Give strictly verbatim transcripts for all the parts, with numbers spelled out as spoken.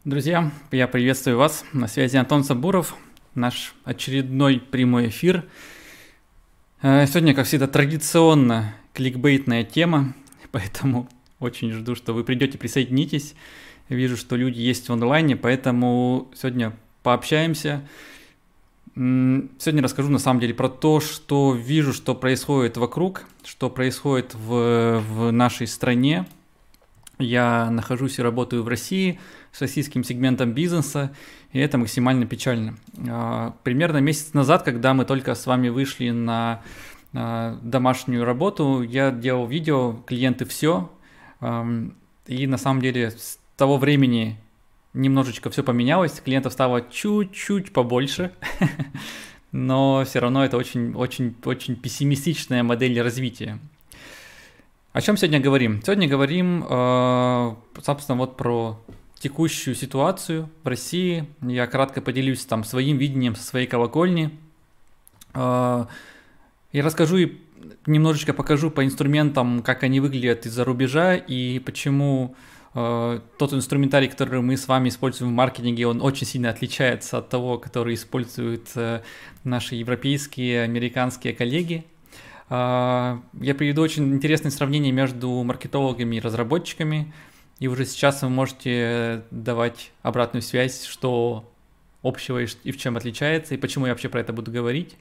Друзья, я приветствую вас. На связи Антон Сабуров, наш очередной прямой эфир. Э, Сегодня, как всегда, традиционно кликбейтная тема, поэтому очень жду, что вы придете, присоединитесь. Вижу, что люди есть в онлайне, поэтому сегодня пообщаемся. М, Сегодня расскажу на самом деле про то, что вижу, что происходит вокруг, что происходит в, в нашей стране. Я нахожусь и работаю в России с российским сегментом бизнеса, и это максимально печально. А, Примерно месяц назад, когда мы только с вами вышли на а, домашнюю работу, я делал видео «Клиенты все», ам, и на самом деле с того времени немножечко все поменялось, клиентов стало чуть-чуть побольше, но все равно это очень, очень, очень пессимистичная модель развития. О чем сегодня говорим? Сегодня говорим, э, собственно, вот про текущую ситуацию в России. Я кратко поделюсь там своим видением со своей колокольни. Э, Я расскажу и немножечко покажу по инструментам, как они выглядят из-за рубежа и почему э, тот инструментарий, который мы с вами используем в маркетинге, он очень сильно отличается от того, который используют э, наши европейские, американские коллеги. Я приведу очень интересное сравнение между маркетологами и разработчиками, и уже сейчас вы можете давать обратную связь, что общего и в чем отличается, и почему я вообще про это буду говорить.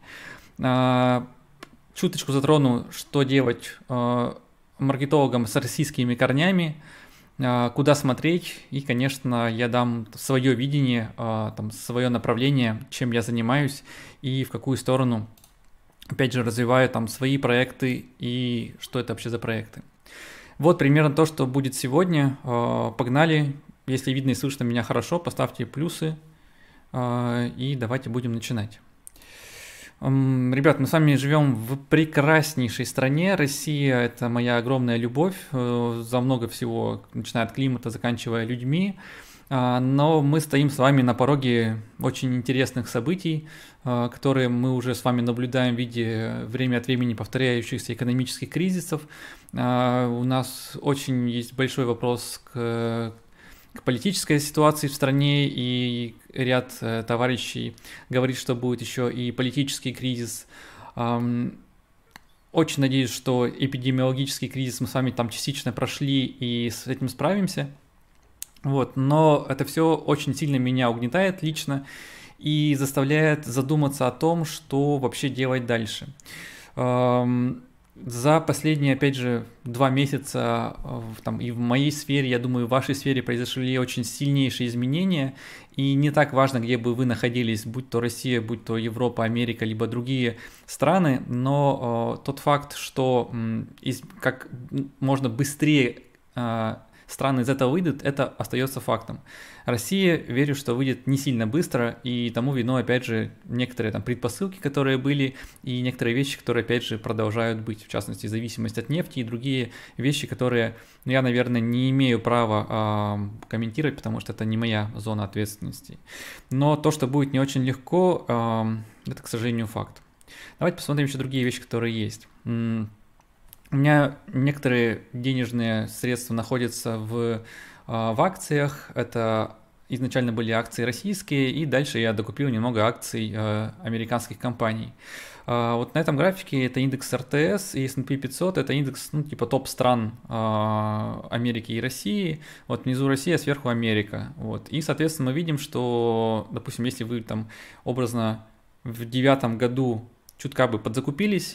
Чуточку затрону, что делать маркетологам с российскими корнями, куда смотреть, и, конечно, я дам свое видение, там, свое направление, чем я занимаюсь и в какую сторону опять же, развиваю там свои проекты и что это вообще за проекты. Вот примерно то, что будет сегодня. Погнали. Если видно и слышно меня хорошо, поставьте плюсы и давайте будем начинать. Ребят, мы с вами живем в прекраснейшей стране. Россия – это моя огромная любовь. За много всего, начиная от климата, заканчивая людьми. Но мы стоим с вами на пороге очень интересных событий, которые мы уже с вами наблюдаем в виде время от времени повторяющихся экономических кризисов. У нас очень есть большой вопрос к, к политической ситуации в стране, и ряд товарищей говорит, что будет еще и политический кризис. Очень надеюсь, что эпидемиологический кризис мы с вами там частично прошли и с этим справимся. Вот, но это все очень сильно меня угнетает лично и заставляет задуматься о том, что вообще делать дальше. За последние, опять же, два месяца там, и в моей сфере, я думаю, в вашей сфере произошли очень сильнейшие изменения, и не так важно, где бы вы находились, будь то Россия, будь то Европа, Америка, либо другие страны, но э, тот факт, что э, из, как можно быстрее э, страны из этого выйдут, это остается фактом. Россия, верю, что выйдет не сильно быстро, и тому вино, опять же, некоторые там предпосылки, которые были, и некоторые вещи, которые, опять же, продолжают быть, в частности, зависимость от нефти и другие вещи, которые я, наверное, не имею права э, комментировать, потому что это не моя зона ответственности. Но то, что будет не очень легко, э, это, к сожалению, факт. Давайте посмотрим еще другие вещи, которые есть. У меня некоторые денежные средства находятся в, в акциях. Это изначально были акции российские, и дальше я докупил немного акций американских компаний. Вот на этом графике это индекс эр тэ эс и эс энд пи пятьсот, это индекс, ну, типа топ стран Америки и России. Вот внизу Россия, сверху Америка. Вот. И, соответственно, мы видим, что, допустим, если вы там образно в девятом году чутка бы подзакупились,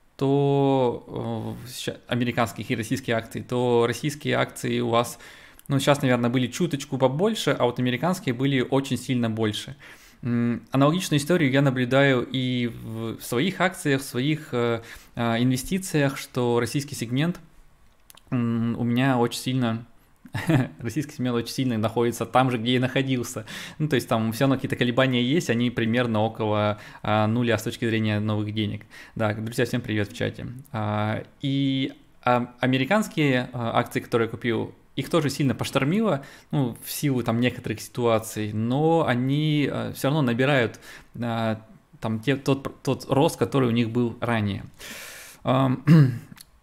то американских и российские акции, то российские акции у вас, ну, сейчас, наверное, были чуточку побольше, а вот американские были очень сильно больше. Аналогичную историю я наблюдаю и в своих акциях, в своих инвестициях, что российский сегмент у меня очень сильно... Российский сегмент очень сильно находится там же, где и находился. Ну, то есть там все равно какие-то колебания есть, они примерно около а, нуля с точки зрения новых денег. Да, друзья, всем привет в чате. А, и а, американские а, акции, которые я купил, их тоже сильно поштормило, ну, в силу там некоторых ситуаций, но они а, все равно набирают а, там те, тот, тот рост, который у них был ранее. А,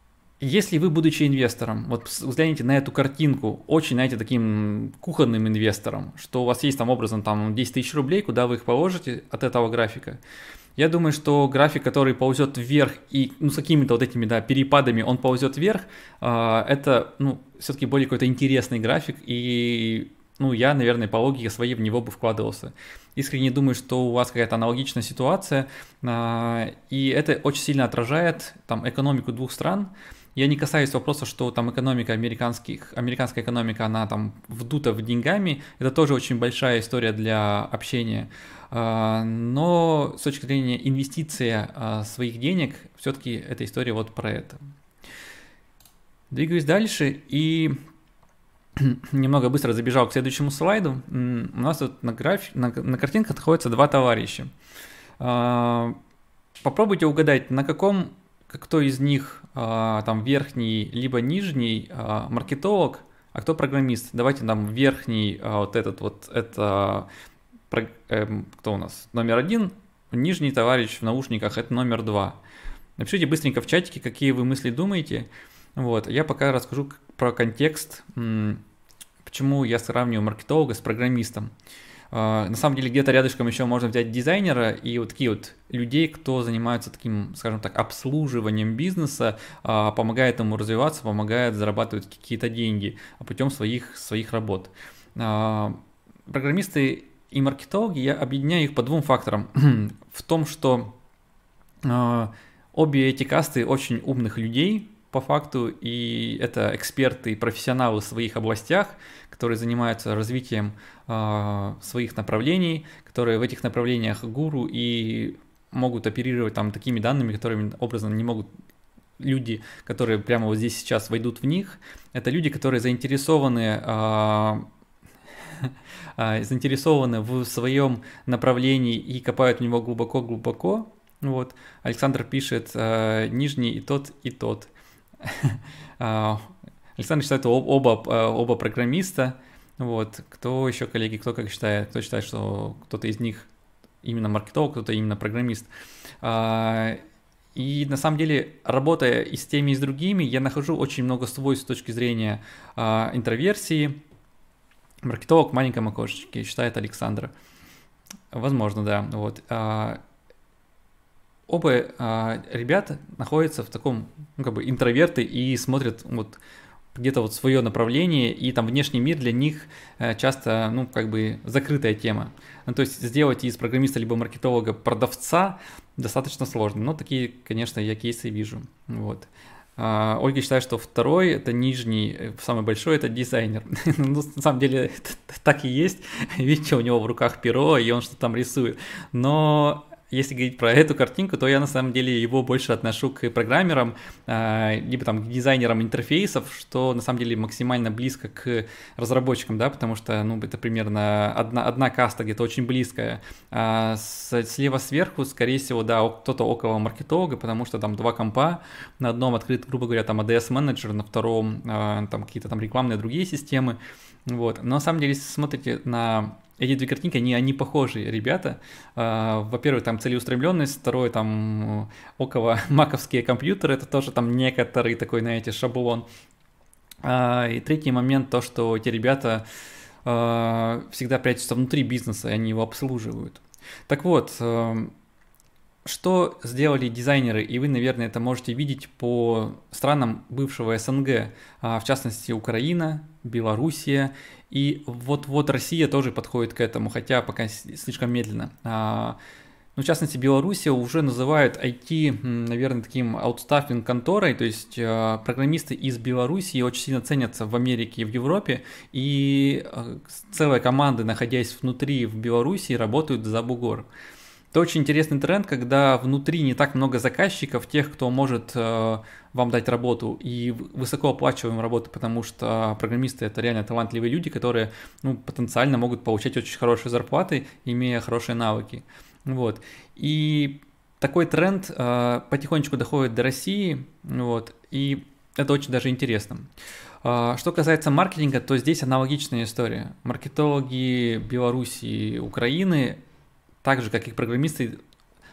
Если вы, будучи инвестором, вот взгляните на эту картинку, очень, знаете, таким кухонным инвестором, что у вас есть там образом там десять тысяч рублей, куда вы их положите от этого графика, я думаю, что график, который ползет вверх и ну, с какими-то вот этими да, перепадами он ползет вверх, э, это ну, все-таки более какой-то интересный график, и ну, я, наверное, по логике своей в него бы вкладывался. Искренне думаю, что у вас какая-то аналогичная ситуация, э, и это очень сильно отражает там, экономику двух стран. Я не касаюсь вопроса, что там экономика американских, американская экономика, она там вдута в деньгами. Это тоже очень большая история для общения. Но с точки зрения инвестиции своих денег, все-таки эта история вот про это. Двигаюсь дальше и немного быстро забежал к следующему слайду. У нас тут на, график, на, на картинках находятся два товарища. Попробуйте угадать, на каком, кто из них там верхний либо нижний маркетолог, а кто программист. Давайте там верхний вот этот вот, это кто у нас? Номер один, нижний товарищ в наушниках, это номер два. Напишите быстренько в чатике, какие вы мысли думаете. Вот, я пока расскажу про контекст, почему я сравниваю маркетолога с программистом. На самом деле где-то рядышком еще можно взять дизайнера и вот такие вот людей, кто занимается таким, скажем так, обслуживанием бизнеса, помогает ему развиваться, помогает зарабатывать какие-то деньги путем своих, своих работ. Программисты и маркетологи, я объединяю их по двум факторам. В том, что обе эти касты очень умных людей, по факту, и это эксперты и профессионалы в своих областях, которые занимаются развитием э, своих направлений, которые в этих направлениях гуру и могут оперировать там такими данными, которыми образом не могут люди, которые прямо вот здесь сейчас войдут в них. Это люди, которые заинтересованы, э, э, заинтересованы в своем направлении и копают в него глубоко-глубоко. Вот. Александр пишет, э, нижний и тот, и тот. Александр считает, что оба, оба программиста. Вот. Кто еще, коллеги, кто как считает? Кто считает, что кто-то из них именно маркетолог, кто-то именно программист? И на самом деле, работая и с теми, и с другими, я нахожу очень много свойств с точки зрения интроверсии. Маркетолог в маленьком окошечке, считает Александр. Возможно, да. Вот. Оба э, ребята находятся в таком, ну, как бы интроверты и смотрят вот где-то вот свое направление, и там внешний мир для них э, часто, ну, как бы закрытая тема. Ну, то есть сделать из программиста либо маркетолога продавца достаточно сложно, но такие, конечно, я кейсы вижу. Вот. А, Ольга считает, что второй, это нижний, самый большой, это дизайнер. Ну, на самом деле это так и есть. Видите, у него в руках перо, и он что-то там рисует. Но если говорить про эту картинку, то я на самом деле его больше отношу к программерам, либо там к дизайнерам интерфейсов, что на самом деле максимально близко к разработчикам, да, потому что, ну, это примерно одна, одна каста где-то очень близкая. А слева сверху, скорее всего, да, кто-то около маркетолога, потому что там два компа, на одном открыт, грубо говоря, там эй ди эс-менеджер, на втором там какие-то там рекламные другие системы, вот. Но на самом деле, если смотрите на эти две картинки, они, они похожие, ребята. Во-первых, там целеустремленность, второе, там около маковские компьютеры, это тоже там некоторый такой, знаете, шаблон. И третий момент, то, что эти ребята всегда прячутся внутри бизнеса, и они его обслуживают. Так вот, что сделали дизайнеры, и вы, наверное, это можете видеть по странам бывшего СНГ, в частности, Украина, Белоруссия, и вот-вот Россия тоже подходит к этому, хотя пока слишком медленно. Ну, в частности, Белоруссия уже называют ай ти, наверное, таким аутстаффинг конторой, то есть программисты из Белоруссии очень сильно ценятся в Америке и в Европе, и целые команды, находясь внутри в Белоруссии, работают за бугор. Это очень интересный тренд, когда внутри не так много заказчиков, тех, кто может э, вам дать работу и высокооплачиваемую работу, потому что программисты – это реально талантливые люди, которые, ну, потенциально могут получать очень хорошие зарплаты, имея хорошие навыки. Вот. И такой тренд э, потихонечку доходит до России, вот, и это очень даже интересно. Э, что касается маркетинга, то здесь аналогичная история. Маркетологи Беларуси, Украины, так же, как и программисты,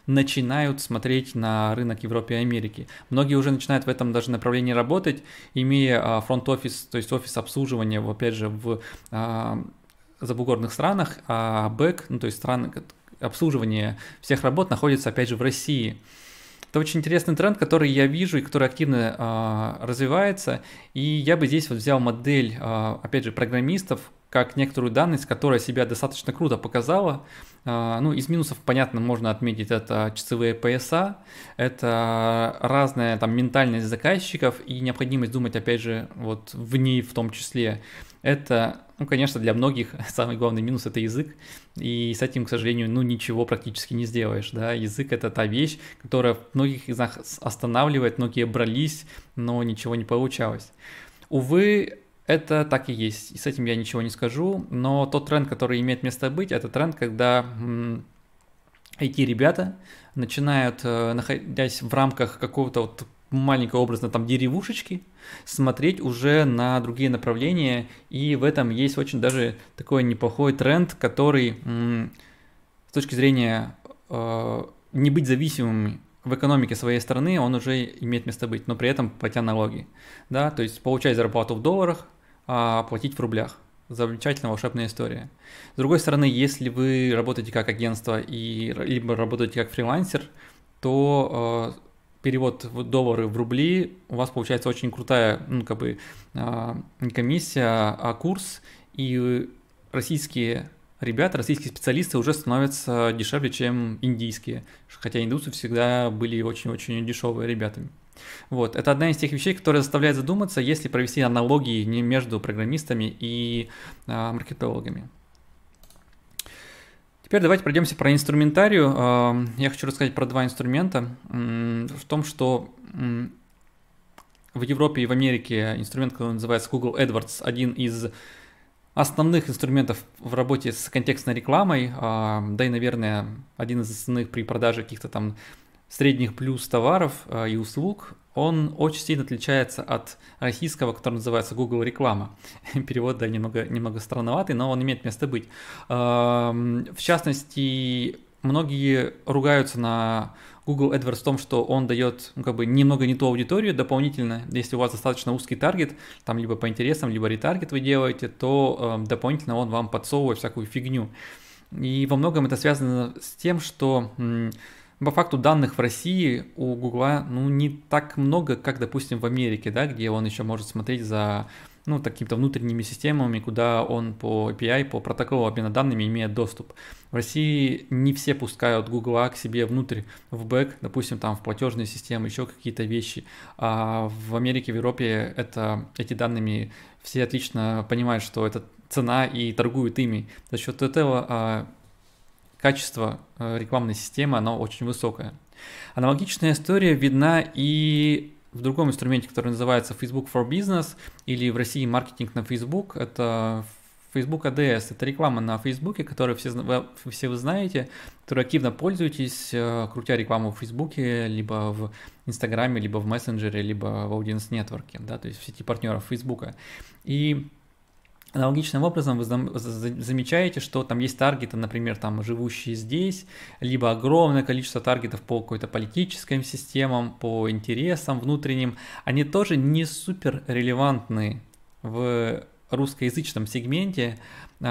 начинают смотреть на рынок Европы и Америки. Многие уже начинают в этом даже направлении работать, имея фронт-офис, то есть офис обслуживания, опять же, в а, забугорных странах, а бэк, ну то есть страны, обслуживание всех работ находится опять же в России. Это очень интересный тренд, который я вижу и который активно э, развивается. И я бы здесь вот взял модель, э, опять же, программистов, как некоторую данность, которая себя достаточно круто показала. Э, ну, из минусов, понятно, можно отметить, это часовые пояса, это разная там ментальность заказчиков и необходимость думать, опять же, вот в ней в том числе. Это, ну, конечно, для многих самый главный минус – это язык, и с этим, к сожалению, ну, ничего практически не сделаешь, да, язык – это та вещь, которая многих из нас останавливает, многие брались, но ничего не получалось. Увы, это так и есть, и с этим я ничего не скажу, но тот тренд, который имеет место быть, это тренд, когда ай ти-ребята начинают, находясь в рамках какого-то вот маленькой образно там деревушечки, смотреть уже на другие направления, и в этом есть очень даже такой неплохой тренд, который м, с точки зрения э, не быть зависимым в экономике своей страны, он уже имеет место быть, но при этом платя налоги, да, то есть получать зарплату в долларах, а платить в рублях. Замечательная волшебная история. С другой стороны, если вы работаете как агентство и либо работаете как фрилансер, то э, перевод в доллары в рубли, у вас получается очень крутая, ну, как бы, не комиссия, а курс, и российские ребята, российские специалисты уже становятся дешевле, чем индийские, хотя индусы всегда были очень-очень дешевые ребятами. Вот, это одна из тех вещей, которая заставляет задуматься, если провести аналогии не между программистами и а, маркетологами. Теперь давайте пройдемся про инструментарию. Я хочу рассказать про два инструмента. В том, что в Европе и в Америке инструмент, который называется Google AdWords, один из основных инструментов в работе с контекстной рекламой, да и, наверное, один из основных при продаже каких-то там средних плюс товаров и услуг. Он очень сильно отличается от российского, который называется Google реклама. Перевод, да, немного, немного странноватый, но он имеет место быть. В частности, многие ругаются на Google AdWords в том, что он дает, ну, как бы немного не ту аудиторию дополнительно. Если у вас достаточно узкий таргет, там либо по интересам, либо ретаргет вы делаете, то дополнительно он вам подсовывает всякую фигню. И во многом это связано с тем, что по факту данных в России у Гугла, ну, не так много, как, допустим, в Америке, да, где он еще может смотреть за, ну, такими-то внутренними системами, куда он по эй пи ай, по протоколу обмена данными имеет доступ. В России не все пускают Гугла к себе внутрь, в бэк, допустим, там в платежные системы, еще какие-то вещи. А в Америке, в Европе это, эти данными все отлично понимают, что это цена и торгуют ими. За счет этого качество рекламной системы, оно очень высокое. Аналогичная история видна и в другом инструменте, который называется Facebook for Business, или в России маркетинг на Facebook. Это Facebook эй ди эс, это реклама на Facebook, которую все, все вы знаете, которой активно пользуетесь, крутя рекламу в Facebook, либо в Инстаграме, либо в мессенджере, либо в Audience Network, да, то есть в сети партнеров Facebook. И аналогичным образом вы замечаете, что там есть таргеты, например, там живущие здесь, либо огромное количество таргетов по какой-то политическим системам, по интересам внутренним. Они тоже не супер релевантны в русскоязычном сегменте,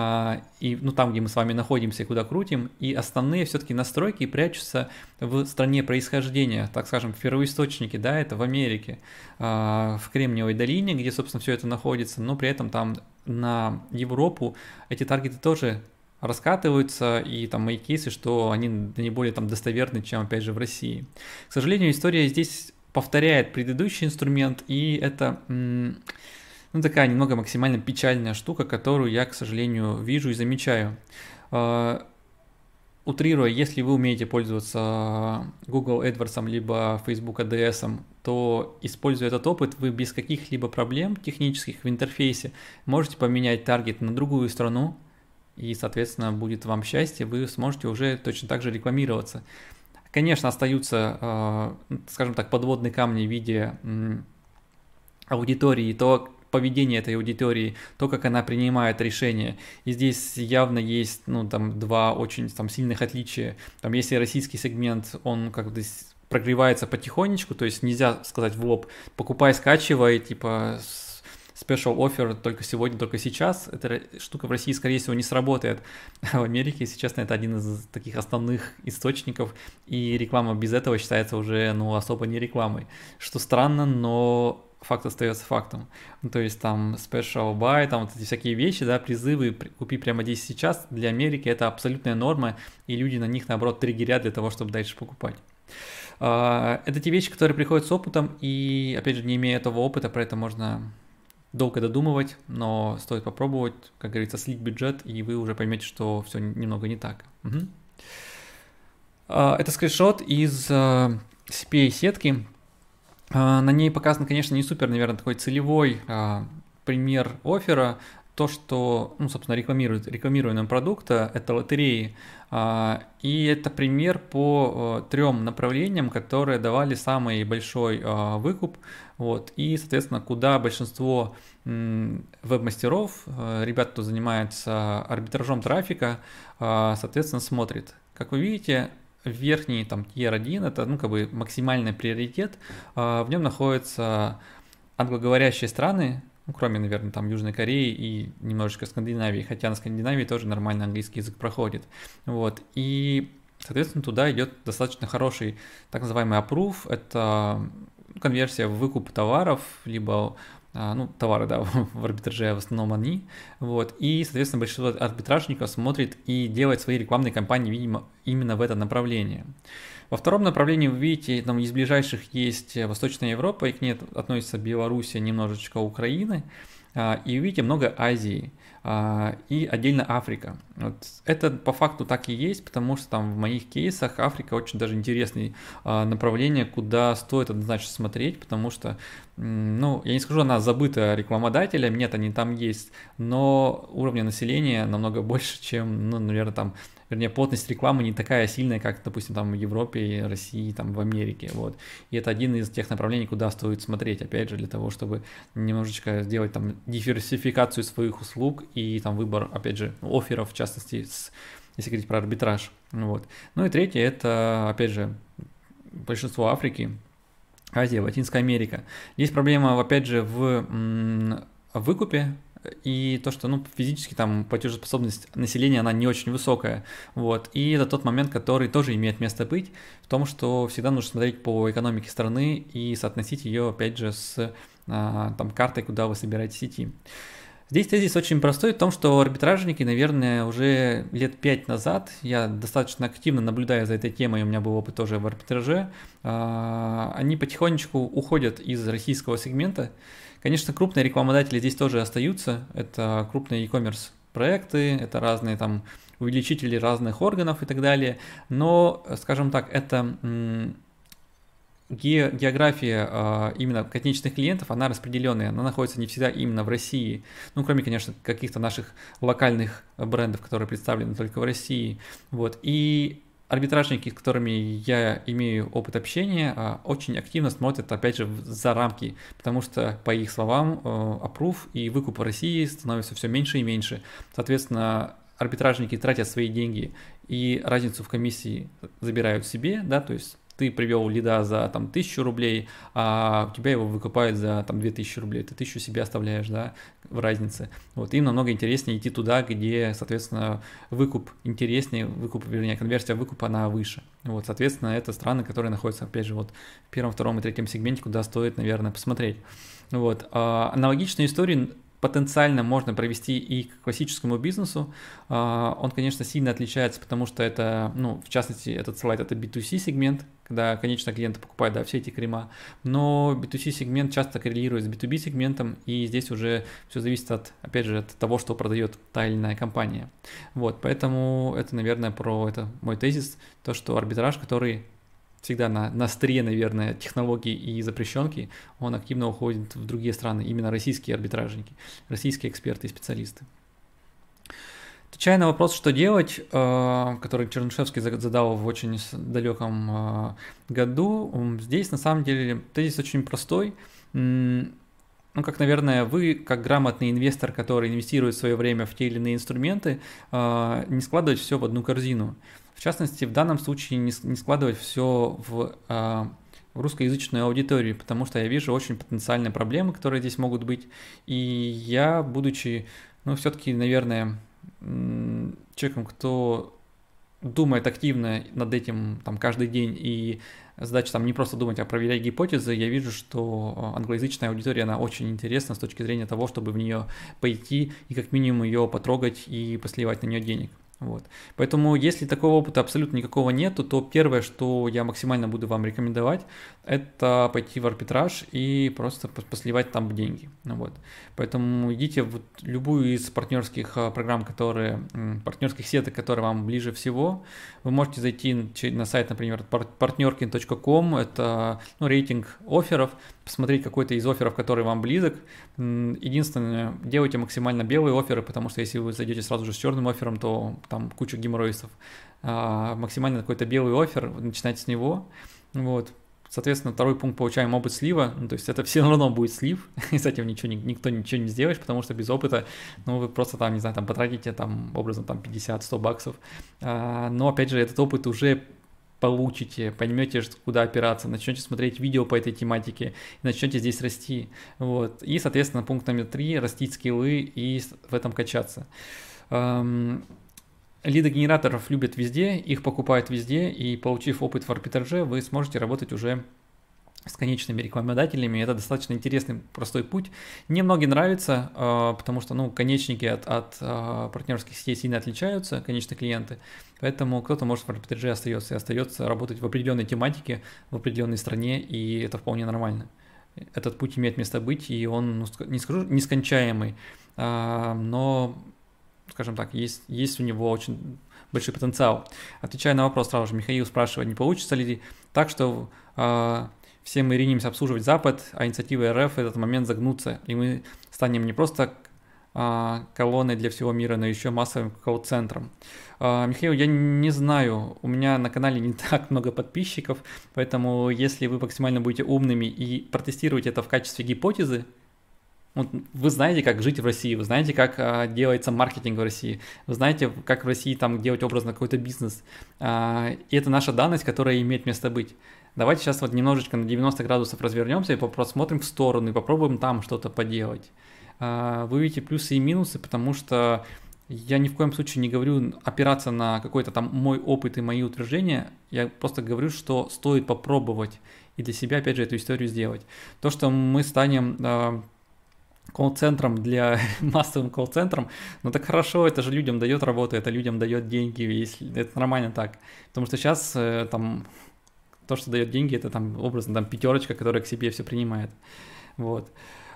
и, ну, там, где мы с вами находимся и куда крутим, и основные все-таки настройки прячутся в стране происхождения, так скажем, в первоисточнике, да, это в Америке, в Кремниевой долине, где, собственно, все это находится, но при этом там на Европу эти таргеты тоже раскатываются, и там мои кейсы, что они наиболее там достоверны, чем, опять же, в России. К сожалению, история здесь повторяет предыдущий инструмент, и это... Ну, такая немного максимально печальная штука, которую я, к сожалению, вижу и замечаю. Утрируя, если вы умеете пользоваться Google AdWords, либо Facebook эй ди эс, то, используя этот опыт, вы без каких-либо проблем технических в интерфейсе можете поменять таргет на другую страну, и, соответственно, будет вам счастье, вы сможете уже точно так же рекламироваться. Конечно, остаются, скажем так, подводные камни в виде аудитории, то поведение этой аудитории, то, как она принимает решения. И здесь явно есть, ну, там, два очень там сильных отличия. Там, если российский сегмент, он как бы прогревается потихонечку, то есть нельзя сказать в лоб, покупай, скачивай, типа special offer только сегодня, только сейчас. Эта штука в России, скорее всего, не сработает. А в Америке, если честно, это один из таких основных источников, и реклама без этого считается уже, ну, особо не рекламой. Что странно, но факт остается фактом. Ну, то есть там special buy, там вот эти всякие вещи, да, призывы, купи прямо здесь сейчас, для Америки это абсолютная норма, и люди на них, наоборот, триггерят для того, чтобы дальше покупать. Это те вещи, которые приходят с опытом, и, опять же, не имея этого опыта, про это можно долго додумывать, но стоит попробовать, как говорится, слить бюджет, и вы уже поймете, что все немного не так. Угу. Это скриншот из си пи эй-сетки. На ней показан, конечно, не супер, наверное, такой целевой пример оффера. То, что, ну, собственно, рекламирует, рекламируемый продукт, это лотереи. И это пример по трем направлениям, которые давали самый большой выкуп. Вот, и, соответственно, куда большинство веб-мастеров, ребят, кто занимается арбитражом трафика, соответственно, смотрит. Как вы видите, верхний там тир один, это, ну, как бы максимальный приоритет. В нем находятся англоговорящие страны, ну, кроме, наверное, там Южной Кореи и немножечко Скандинавии, хотя на Скандинавии тоже нормально английский язык проходит. Вот, и, соответственно, туда идет достаточно хороший так называемый approve, это конверсия в выкуп товаров, либо, ну, товары, да, в арбитраже в основном они, вот, и, соответственно, большинство арбитражников смотрит и делает свои рекламные кампании, видимо, именно в это направление. Во втором направлении вы видите, там из ближайших есть Восточная Европа, и к ней относится Белоруссия, немножечко Украины, и вы видите много Азии, и отдельно Африка. Вот это по факту так и есть, потому что там в моих кейсах Африка очень даже интересное направление, куда стоит однозначно смотреть, потому что, ну, я не скажу, она забыта рекламодателем, нет, они там есть, но уровня населения намного больше, чем, ну, наверное, там, вернее, плотность рекламы не такая сильная, как, допустим, там в Европе, России, там в Америке, вот. И это один из тех направлений, куда стоит смотреть, опять же, для того, чтобы немножечко сделать там диверсификацию своих услуг и там выбор, опять же, офферов, в частности, с, если говорить про арбитраж, вот. Ну и третье, это, опять же, большинство Африки, Азия, Латинская Америка. Есть проблема, опять же, в, в выкупе, и то, что, ну, физически там платежеспособность населения, она не очень высокая, вот, и это тот момент, который тоже имеет место быть, в том, что всегда нужно смотреть по экономике страны и соотносить ее, опять же, с а, там картой, куда вы собираетесь идти. Здесь тезис очень простой в том, что арбитражники, наверное, уже лет пять назад, я достаточно активно наблюдаю за этой темой, у меня был опыт тоже в арбитраже, а, они потихонечку уходят из российского сегмента. Конечно, крупные рекламодатели здесь тоже остаются, это крупные e-commerce проекты, это разные там увеличители разных органов и так далее, но, скажем так, это ге- география именно конечных клиентов, она распределенная, она находится не всегда именно в России, ну, кроме, конечно, каких-то наших локальных брендов, которые представлены только в России, вот, и арбитражники, с которыми я имею опыт общения, очень активно смотрят, опять же, за рамки, потому что, по их словам, approve и выкуп в России становится все меньше и меньше. Соответственно, арбитражники тратят свои деньги и разницу в комиссии забирают себе, да, то есть ты привел лида за там тысячу рублей, а у тебя его выкупают за там две тысячи рублей, ты тысячу себе оставляешь, да, в разнице. Вот им намного интереснее идти туда, где, соответственно, выкуп интереснее, выкуп, вернее, конверсия выкупа, она выше. Вот, соответственно, это страны, которые находятся, опять же, вот в первом, втором и третьем сегменте, куда стоит, наверное, посмотреть. Вот, а аналогичные истории потенциально можно провести и к классическому бизнесу. Он, конечно, сильно отличается, потому что это, ну, в частности, этот слайд — это би ту си сегмент, когда конечные клиенты покупают, да, все эти крема, но би ту си сегмент часто коррелирует с би ту би сегментом, и здесь уже все зависит от, опять же, от того, что продает та или иная компания. Вот, поэтому это, наверное, про это мой тезис, то, что арбитраж, который всегда на, на острие, наверное, технологий и запрещенки, он активно уходит в другие страны, именно российские арбитражники, российские эксперты и специалисты. Отвечая на вопрос, что делать, который Чернышевский задал в очень далеком году, здесь на самом деле тезис очень простой. Ну, ну, как, наверное, вы, как грамотный инвестор, который инвестирует свое время в те или иные инструменты, э, не складывать все в одну корзину. В частности, в данном случае не, не складывать все в, э, в русскоязычную аудиторию, потому что я вижу очень потенциальные проблемы, которые здесь могут быть. И я, будучи, ну, все-таки, наверное, человеком, кто думает активно над этим там каждый день, и задача там не просто думать, а проверять гипотезы, я вижу, что англоязычная аудитория, она очень интересна с точки зрения того, чтобы в нее пойти и как минимум ее потрогать и посливать на нее денег. Вот. Поэтому, если такого опыта абсолютно никакого нету, то первое, что я максимально буду вам рекомендовать, это пойти в арбитраж и просто посливать там деньги. Вот. Поэтому идите в любую из партнерских программ, которые, партнерских сеток, которые вам ближе всего. Вы можете зайти на сайт, например, партнеркин точка ком, это ну, рейтинг офферов, посмотреть какой-то из офферов, который вам близок. Единственное, делайте максимально белые офферы, потому что если вы зайдете сразу же с черным оффером, то там куча геморроисов. А, максимально какой-то белый оффер, начинайте с него. Вот. Соответственно, второй пункт, получаем опыт слива, ну, то есть это все равно будет слив, и с этим ничего, никто ничего не сделаешь, потому что без опыта, ну, вы просто там, не знаю, там потратите там образно там пятьдесят-сто баксов, а, но опять же этот опыт уже получите, поймете, куда опираться, начнете смотреть видео по этой тематике, и начнете здесь расти, вот, и, соответственно, пункт номер три, растить скиллы и в этом качаться. Лидогенераторов любят везде, их покупают везде, и получив опыт в арбитраже, вы сможете работать уже с конечными рекламодателями. Это достаточно интересный, простой путь. Мне многие нравится, потому что ну, конечники от, от партнерских сетей сильно отличаются, конечные клиенты, поэтому кто-то может в арбитраже остается и остается работать в определенной тематике, в определенной стране, и это вполне нормально. Этот путь имеет место быть, и он, ну, не скажу, нескончаемый, но... скажем так, есть, есть у него очень большой потенциал. Отвечая на вопрос сразу же, Михаил спрашивает, не получится ли так, что э, все мы ринемся обслуживать Запад, а инициативы эр эф в этот момент загнутся, и мы станем не просто э, колонной для всего мира, но еще массовым колл-центром. Э, Михаил, я не знаю, у меня на канале не так много подписчиков, поэтому если вы максимально будете умными и протестируете это в качестве гипотезы, вот вы знаете, как жить в России, вы знаете, как а, делается маркетинг в России, вы знаете, как в России там делать образно какой-то бизнес. А, и это наша данность, которая имеет место быть. Давайте сейчас вот немножечко на девяносто градусов развернемся и посмотрим в сторону и попробуем там что-то поделать. А, вы видите плюсы и минусы, потому что я ни в коем случае не говорю опираться на какой-то там мой опыт и мои утверждения, я просто говорю, что стоит попробовать и для себя, опять же, эту историю сделать. То, что мы станем... колл-центром для массовым колл-центром, ну так хорошо, это же людям дает работу, это людям дает деньги, если это нормально так. Потому что сейчас э, там то, что дает деньги, это там образно там пятерочка, которая к себе все принимает. Вот.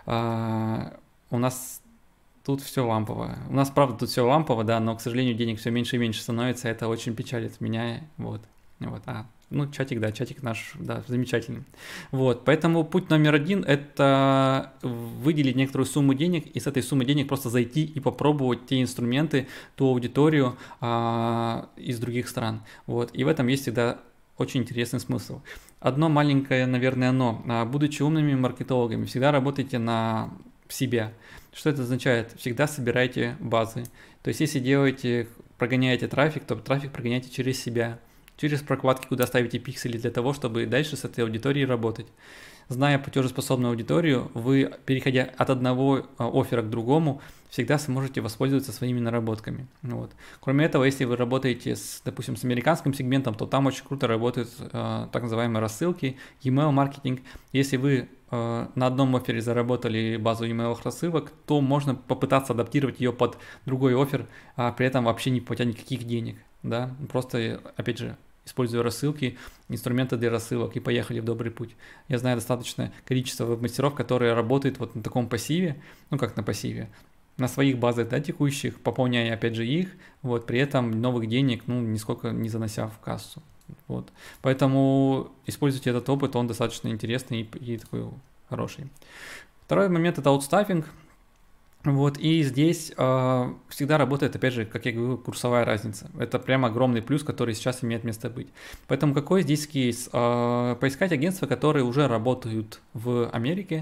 А, у нас тут все лампово. У нас, правда, тут все лампово, да, но, к сожалению, денег все меньше и меньше становится, это очень печалит меня. Вот. Вот. А, ну, чатик, да, чатик наш, да, замечательный. Вот, поэтому путь номер один – это выделить некоторую сумму денег и с этой суммы денег просто зайти и попробовать те инструменты, ту аудиторию а, из других стран. Вот, и в этом есть всегда очень интересный смысл. Одно маленькое, наверное, но. Будучи умными маркетологами, всегда работайте на себе. Что это означает? Всегда собирайте базы. То есть, если делаете, прогоняете трафик, то трафик прогоняйте через себя. Через прокладки, куда ставите пиксели для того, чтобы дальше с этой аудиторией работать. Зная платежеспособную аудиторию, вы, переходя от одного оффера к другому, всегда сможете воспользоваться своими наработками. Вот. Кроме этого, если вы работаете, с, допустим, с американским сегментом, то там очень круто работают э, так называемые рассылки, e-mail маркетинг. Если вы э, на одном оффере заработали базу e-mail рассылок, то можно попытаться адаптировать ее под другой оффер, а при этом вообще не платя никаких денег. Да? Просто, опять же, используя рассылки, инструменты для рассылок и поехали в добрый путь. Я знаю достаточное количество веб-мастеров, которые работают вот на таком пассиве, ну как на пассиве, на своих базах, да, текущих, пополняя опять же их, вот, при этом новых денег, ну, нисколько не занося в кассу. Вот. Поэтому используйте этот опыт, он достаточно интересный и, и такой хороший. Второй момент – это аутстаффинг. Вот, и здесь э, всегда работает, опять же, как я говорю, курсовая разница. Это прям огромный плюс, который сейчас имеет место быть. Поэтому какой здесь кейс? Э, поискать агентства, которые уже работают в Америке,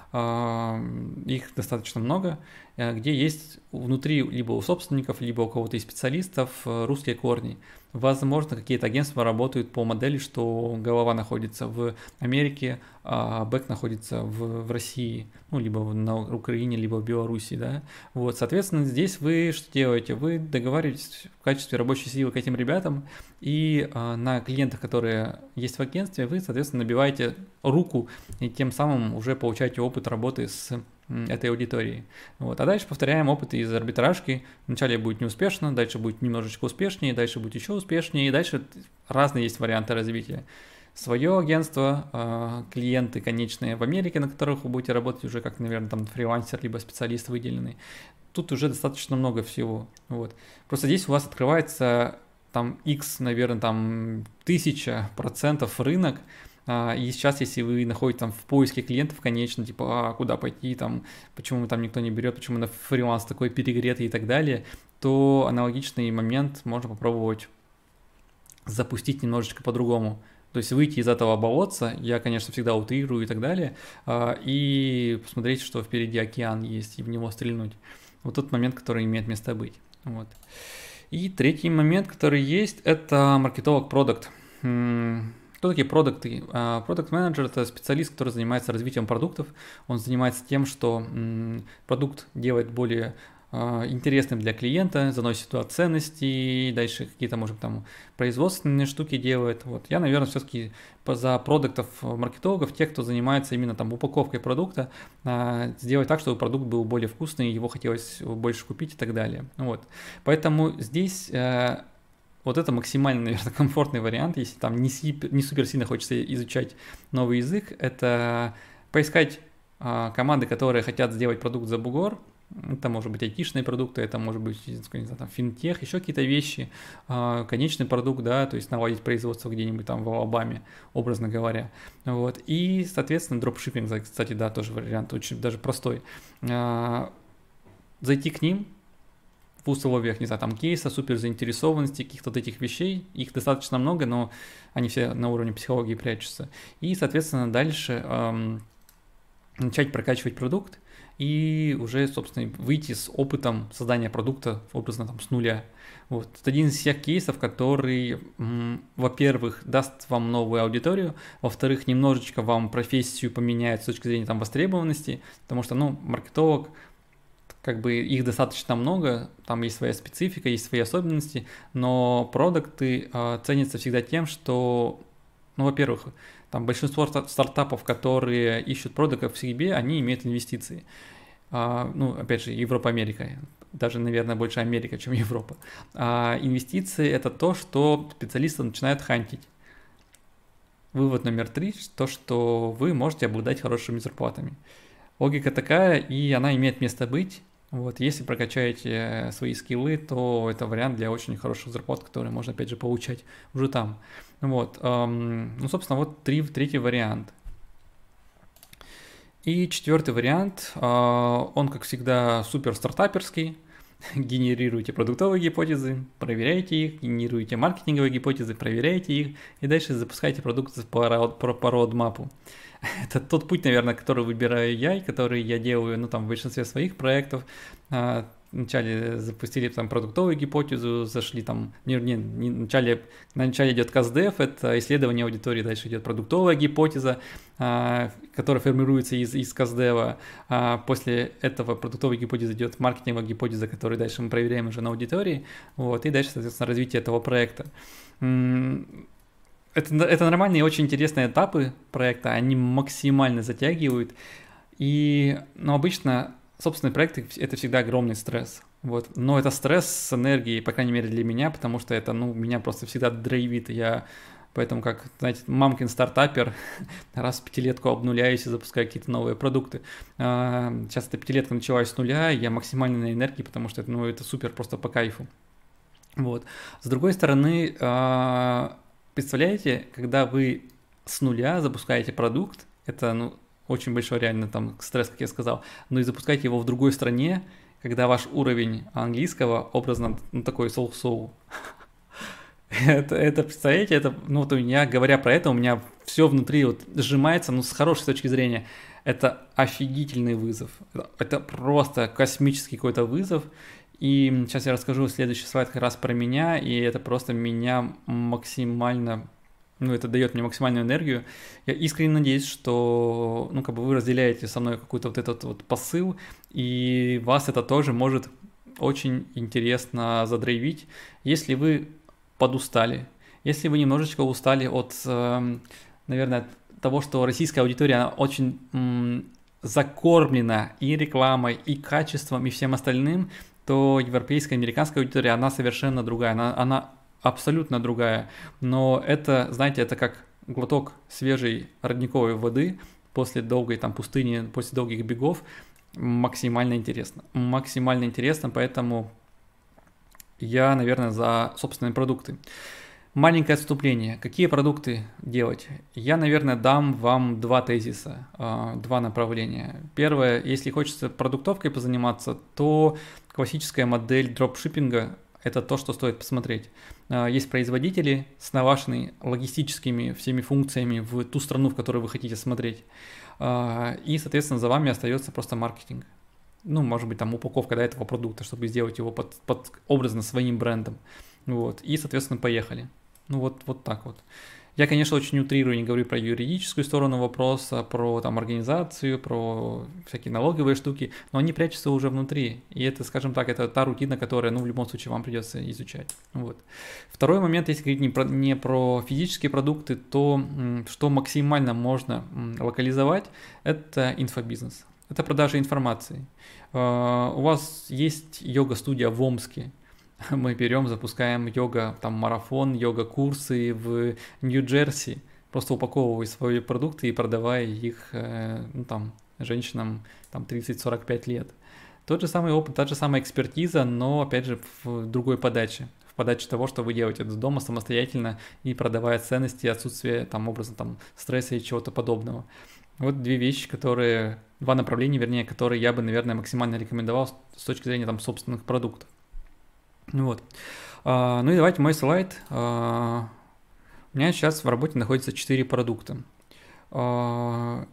а, их достаточно много, где есть внутри либо у собственников, либо у кого-то из специалистов русские корни. Возможно, какие-то агентства работают по модели, что голова находится в Америке, а бэк находится в, в России, ну, либо на Украине, либо в Беларуси, да. Вот, соответственно, здесь вы что делаете? Вы договариваетесь в качестве рабочей силы к этим ребятам, и а, на клиентах, которые есть в агентстве, вы, соответственно, набиваете руку, и тем самым уже получаете опыт работы с этой аудитории. Вот. А дальше повторяем опыт из арбитражки. Вначале будет неуспешно, дальше будет немножечко успешнее, дальше будет еще успешнее, и дальше разные есть варианты развития. Свое агентство, клиенты конечные в Америке, на которых вы будете работать уже как, наверное, там фрилансер, либо специалист выделенный. Тут уже достаточно много всего. Вот. Просто здесь у вас открывается там X, наверное, там тысяча процентов рынок. И сейчас, если вы находитесь там в поиске клиентов, конечно, типа, а куда пойти, там, почему там никто не берет, почему на фриланс такой перегретый и так далее, то аналогичный момент можно попробовать запустить немножечко по-другому. То есть выйти из этого болотца, я, конечно, всегда утрирую и так далее, и посмотреть, что впереди океан есть, и в него стрельнуть. Вот тот момент, который имеет место быть. Вот. И третий момент, который есть, это маркетолог-продукт. Кто такие продукты? Продукт-менеджер – это специалист, который занимается развитием продуктов. Он занимается тем, что продукт делает более интересным для клиента, заносит туда ценности, дальше какие-то, может, там производственные штуки делает. Вот. Я, наверное, все-таки за продуктов-маркетологов, тех, кто занимается именно там упаковкой продукта, сделать так, чтобы продукт был более вкусный, его хотелось больше купить и так далее. Вот. Поэтому здесь вот это максимально, наверное, комфортный вариант, если там не, сипер, не супер сильно хочется изучать новый язык, это поискать а, команды, которые хотят сделать продукт за бугор. Это может быть айтишные продукты, это может быть, не знаю, там, финтех, еще какие-то вещи, а, конечный продукт, да, то есть наладить производство где-нибудь там в Алабаме, образно говоря. Вот. И, соответственно, дропшиппинг, кстати, да, тоже вариант очень даже простой. А, зайти к ним в условиях, не знаю, там кейса, супер заинтересованности, каких-то вот этих вещей, их достаточно много, но они все на уровне психологии прячутся. И, соответственно, дальше эм, начать прокачивать продукт и уже, собственно, выйти с опытом создания продукта, образно, там, с нуля. Вот. Это один из всех кейсов, который, м, во-первых, даст вам новую аудиторию, во-вторых, немножечко вам профессию поменяет с точки зрения там востребованности, потому что, ну, маркетолог, как бы их достаточно много, там есть своя специфика, есть свои особенности, но продукты э, ценятся всегда тем, что, ну, во-первых, там большинство стартапов, которые ищут продуктов в себе, они имеют инвестиции. А, ну, опять же, Европа, Америка, даже, наверное, больше Америка, чем Европа. А инвестиции – это то, что специалисты начинают хантить. Вывод номер три – то, что вы можете обладать хорошими зарплатами. Логика такая, и она имеет место быть. Вот, если прокачаете свои скиллы, то это вариант для очень хороших зарплат, которые можно, опять же, получать уже там. Вот, эм, ну, собственно, вот три, третий вариант. И четвертый вариант, э, он, как всегда, супер стартаперский. Генерируйте продуктовые гипотезы, проверяйте их, генерируйте маркетинговые гипотезы, проверяйте их, и дальше запускайте продукт по, по, по roadmap. Это тот путь, наверное, который выбираю я, и который я делаю, ну, там, в большинстве своих проектов. Вначале запустили там продуктовую гипотезу, зашли там, не, не, не, вначале, вначале идет КАЗДЕФ, это исследование аудитории, дальше идет продуктовая гипотеза, а, которая формируется из, из КАЗДЕВа, а после этого продуктовой гипотезы идет маркетинговая гипотеза, которую дальше мы проверяем уже на аудитории, вот, и дальше, соответственно, развитие этого проекта. Это, это нормальные и очень интересные этапы проекта, они максимально затягивают, и, ну, обычно собственные проекты – это всегда огромный стресс, вот, но это стресс с энергией, по крайней мере для меня, потому что это, ну, меня просто всегда драйвит, я поэтому, как, знаете, мамкин стартапер, раз в пятилетку обнуляюсь и запускаю какие-то новые продукты. Сейчас эта пятилетка началась с нуля, я максимально на энергии, потому что, ну, это супер просто по кайфу, вот. С другой стороны, представляете, когда вы с нуля запускаете продукт, это, ну, очень большой реально там стресс, как я сказал, но и запускаете его в другой стране, когда ваш уровень английского образно, ну, такой соу-соу. Это, это, представляете, это, ну вот у меня, говоря про это, у меня все внутри вот сжимается, ну с хорошей точки зрения, это офигительный вызов, это, это просто космический какой-то вызов, и сейчас я расскажу следующий слайд как раз про меня, и это просто меня максимально, ну это дает мне максимальную энергию. Я искренне надеюсь, что, ну как бы вы разделяете со мной какой-то вот этот вот посыл, и вас это тоже может очень интересно задрайвить, если вы подустали. Если вы немножечко устали от, эм, наверное, того, что российская аудитория, она очень м, закормлена и рекламой, и качеством, и всем остальным, то европейская, американская аудитория, она совершенно другая, она, она абсолютно другая. Но это, знаете, это как глоток свежей родниковой воды после долгой там пустыни, после долгих бегов, максимально интересно. Максимально интересно, поэтому я, наверное, за собственные продукты. Маленькое отступление. Какие продукты делать? Я, наверное, дам вам два тезиса, два направления. Первое, если хочется продуктовкой позаниматься, то классическая модель дропшиппинга – это то, что стоит посмотреть. Есть производители с навашенными логистическими всеми функциями в ту страну, в которую вы хотите смотреть. И, соответственно, за вами остается просто маркетинг. Ну, может быть, там упаковка, да, этого продукта, чтобы сделать его под, под образно своим брендом. Вот. И, соответственно, поехали. Ну, вот, вот так вот. Я, конечно, очень утрирую, не говорю про юридическую сторону вопроса, про там организацию, про всякие налоговые штуки, но они прячутся уже внутри. И это, скажем так, это та рутина, которая, ну, в любом случае вам придется изучать. Вот. Второй момент, если говорить не про, не про физические продукты, то что максимально можно локализовать, это инфобизнес. Это продажа информации. У вас есть йога-студия в Омске. Мы берем, запускаем йога, там марафон, йога-курсы в Нью-Джерси, просто упаковывая свои продукты и продавая их, ну, там, женщинам там, тридцать-сорок пять лет. Тот же самый опыт, та же самая экспертиза, но, опять же, в другой подаче. В подаче того, что вы делаете дома самостоятельно и продавая ценности, отсутствие, там, образно, там, стресса и чего-то подобного. Вот две вещи, которые, два направления, вернее, которые я бы, наверное, максимально рекомендовал с точки зрения там собственных продуктов. Вот. А, ну и давайте мой слайд. А, у меня сейчас в работе находится четыре продукта. А,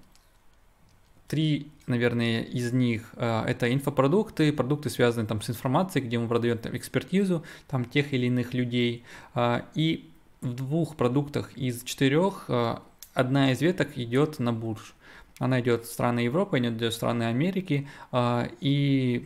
три, наверное, из них а, это инфопродукты, продукты, связанные там с информацией, где мы продаем там, экспертизу там, тех или иных людей. А, и в двух продуктах из четырех а, одна из веток идет на бурж. Она идет в страны Европы, она идет в страны Америки, и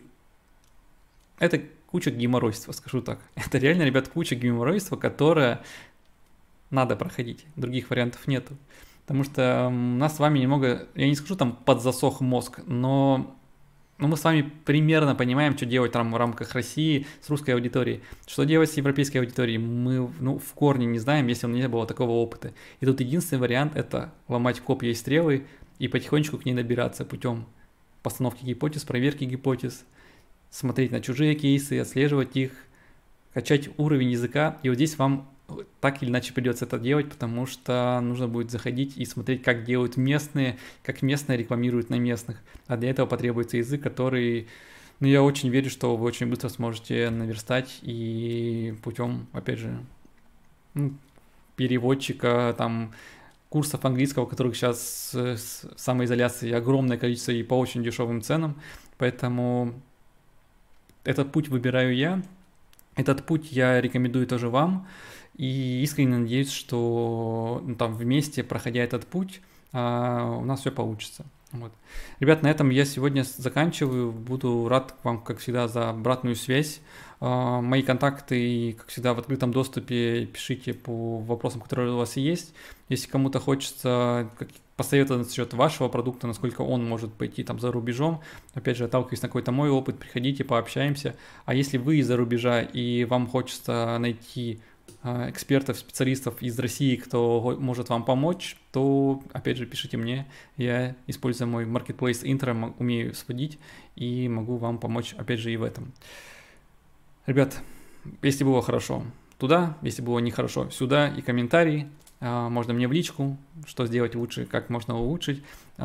это куча геморройства, скажу так. Это реально, ребят, куча геморройства, которое надо проходить. Других вариантов нету. Потому что у нас с вами немного, я не скажу там подзасох мозг, но, но мы с вами примерно понимаем, что делать там в рамках России с русской аудиторией. Что делать с европейской аудиторией, мы ну, в корне не знаем, если у нас не было такого опыта. И тут единственный вариант – это ломать копья и стрелы и потихонечку к ней набираться путем постановки гипотез, проверки гипотез, смотреть на чужие кейсы, отслеживать их, качать уровень языка. И вот здесь вам так или иначе придется это делать, потому что нужно будет заходить и смотреть, как делают местные, как местные рекламируют на местных. А для этого потребуется язык, который, ну, я очень верю, что вы очень быстро сможете наверстать и путем, опять же, ну, переводчика, там, курсов английского, которых сейчас с самоизоляцией огромное количество и по очень дешевым ценам. Поэтому этот путь выбираю я. Этот путь я рекомендую тоже вам. И искренне надеюсь, что ну, там вместе, проходя этот путь, а, у нас все получится. Вот. Ребят, на этом я сегодня заканчиваю. Буду рад вам, как всегда, за обратную связь. А, мои контакты, как всегда, в открытом доступе. Пишите по вопросам, которые у вас есть. Если кому-то хочется посоветовать насчет вашего продукта, насколько он может пойти там за рубежом, опять же, отталкиваясь на какой-то мой опыт, приходите, пообщаемся. А если вы из-за рубежа и вам хочется найти экспертов, специалистов из России, кто может вам помочь, то, опять же, пишите мне. Я, используя мой marketplace Intro, умею сводить и могу вам помочь, опять же, и в этом. Ребят, если было хорошо, туда, если было нехорошо, сюда, и комментарии. Можно мне в личку, что сделать лучше, как можно улучшить.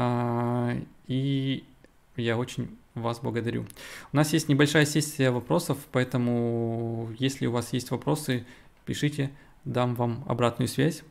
И я очень вас благодарю. У нас есть небольшая сессия вопросов, поэтому если у вас есть вопросы, пишите, дам вам обратную связь.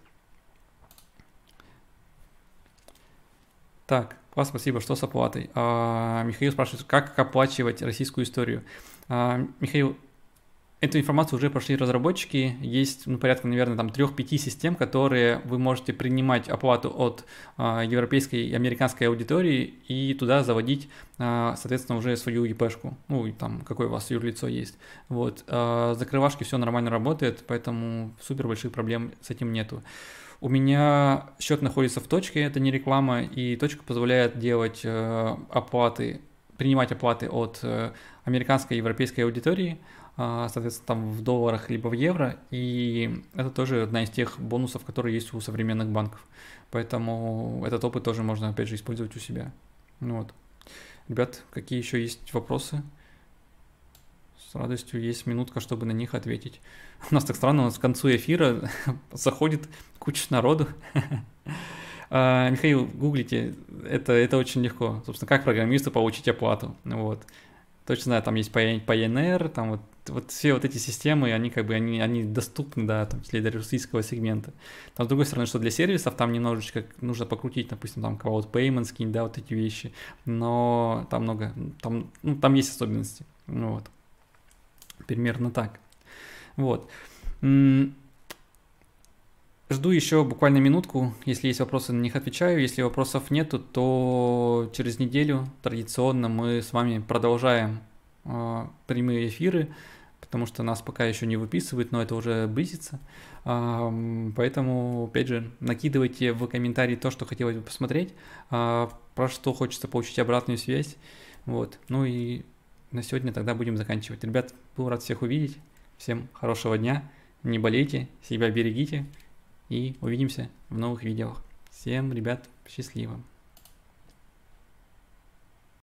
Так, вас спасибо, что с оплатой. А, Михаил спрашивает, как оплачивать российскую историю. А, Михаил, эту информацию уже прошли разработчики, есть ну, порядка, наверное, там трех-пяти систем, которые вы можете принимать оплату от а, европейской и американской аудитории и туда заводить, а, соответственно, уже свою ИПшку, ну и там какое у вас юрлицо есть. Вот, а, закрывашки все нормально работает, поэтому супер больших проблем с этим нету. У меня счет находится в точке, это не реклама, и точка позволяет делать э, оплаты, принимать оплаты от э, американской и европейской аудитории, э, соответственно, там в долларах либо в евро, и это тоже одна из тех бонусов, которые есть у современных банков. Поэтому этот опыт тоже можно, опять же, использовать у себя. Ну вот. Ребят, какие еще есть вопросы? С радостью есть минутка, чтобы на них ответить. У нас так странно, у нас к концу эфира заходит куча народу. А, Михаил, гуглите, это, это очень легко. Собственно, как программисту получить оплату. Вот. Точно знаю, там есть Payoneer, там вот, вот все вот эти системы, они как бы, они, они доступны, да, там, для российского сегмента. Там, с другой стороны, что для сервисов, там немножечко нужно покрутить, допустим, там Cloud Payments, скинь, да, вот эти вещи. Но там много, там, ну, там есть особенности. Вот. Примерно так. Вот. Жду еще буквально минутку. Если есть вопросы, на них отвечаю. Если вопросов нету, то через неделю традиционно мы с вами продолжаем э, прямые эфиры, потому что нас пока еще не выписывают, но это уже близится. Э, поэтому, опять же, накидывайте в комментарии то, что хотелось бы посмотреть, э, про что хочется получить обратную связь. Вот. Ну и на сегодня тогда будем заканчивать. Ребят, был рад всех увидеть. Всем хорошего дня. Не болейте, себя берегите. И увидимся в новых видео. Всем, ребят, счастливо.